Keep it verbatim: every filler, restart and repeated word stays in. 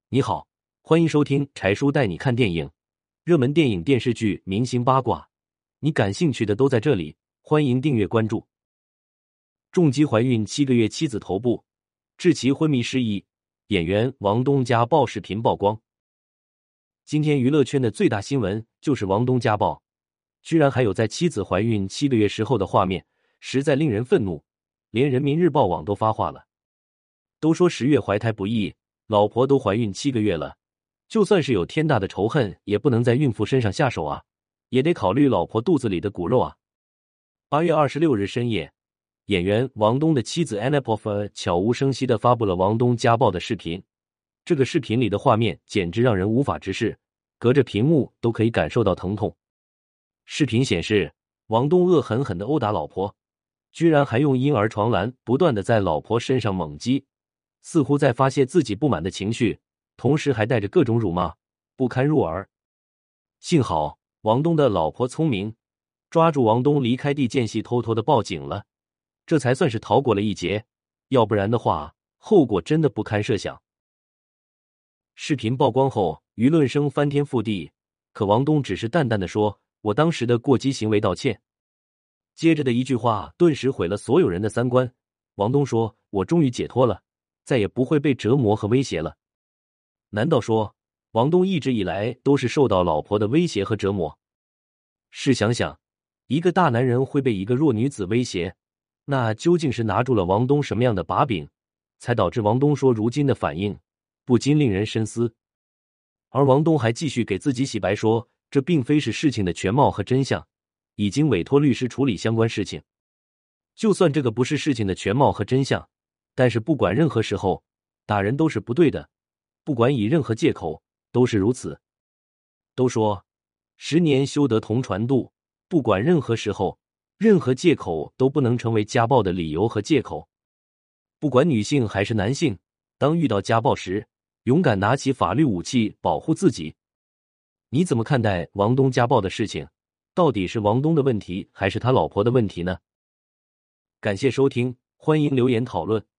你好，欢迎收听柴叔带你看电影，热门电影、电视剧、明星八卦，你感兴趣的都在这里，欢迎订阅关注。重击怀孕七个月妻子头部，致其昏迷失忆，演员王东家暴视频曝光。今天娱乐圈的最大新闻就是王东家暴，居然还有在妻子怀孕七个月时候的画面，实在令人愤怒，连人民日报网都发话了。都说十月怀胎不易，老婆都怀孕七个月了，就算是有天大的仇恨，也不能在孕妇身上下手啊，也得考虑老婆肚子里的骨肉啊。八月二十六日深夜，演员王东的妻子 Anna Poff 悄无声息地发布了王东家暴的视频。这个视频里的画面简直让人无法直视，隔着屏幕都可以感受到疼痛。视频显示，王东恶狠狠地殴打老婆，居然还用婴儿床栏不断地在老婆身上猛击，似乎在发泄自己不满的情绪，同时还带着各种辱骂，不堪入耳。幸好王东的老婆聪明，抓住王东离开地间隙偷偷的报警了，这才算是逃过了一劫，要不然的话，后果真的不堪设想。视频曝光后，舆论声翻天覆地，可王东只是淡淡的说：“我当时的过激行为道歉。”接着的一句话顿时毁了所有人的三观。王东说：“我终于解脱了，再也不会被折磨和威胁了。”难道说王东一直以来都是受到老婆的威胁和折磨？试想想，一个大男人会被一个弱女子威胁，那究竟是拿住了王东什么样的把柄，才导致王东说如今的反应，不禁令人深思。而王东还继续给自己洗白说，这并非是事情的全貌和真相，已经委托律师处理相关事情。就算这个不是事情的全貌和真相，但是不管任何时候，打人都是不对的，不管以任何借口，都是如此。都说十年修得同船渡，不管任何时候，任何借口都不能成为家暴的理由和借口。不管女性还是男性，当遇到家暴时，勇敢拿起法律武器保护自己。你怎么看待王东家暴的事情？到底是王东的问题，还是他老婆的问题呢？感谢收听，欢迎留言讨论。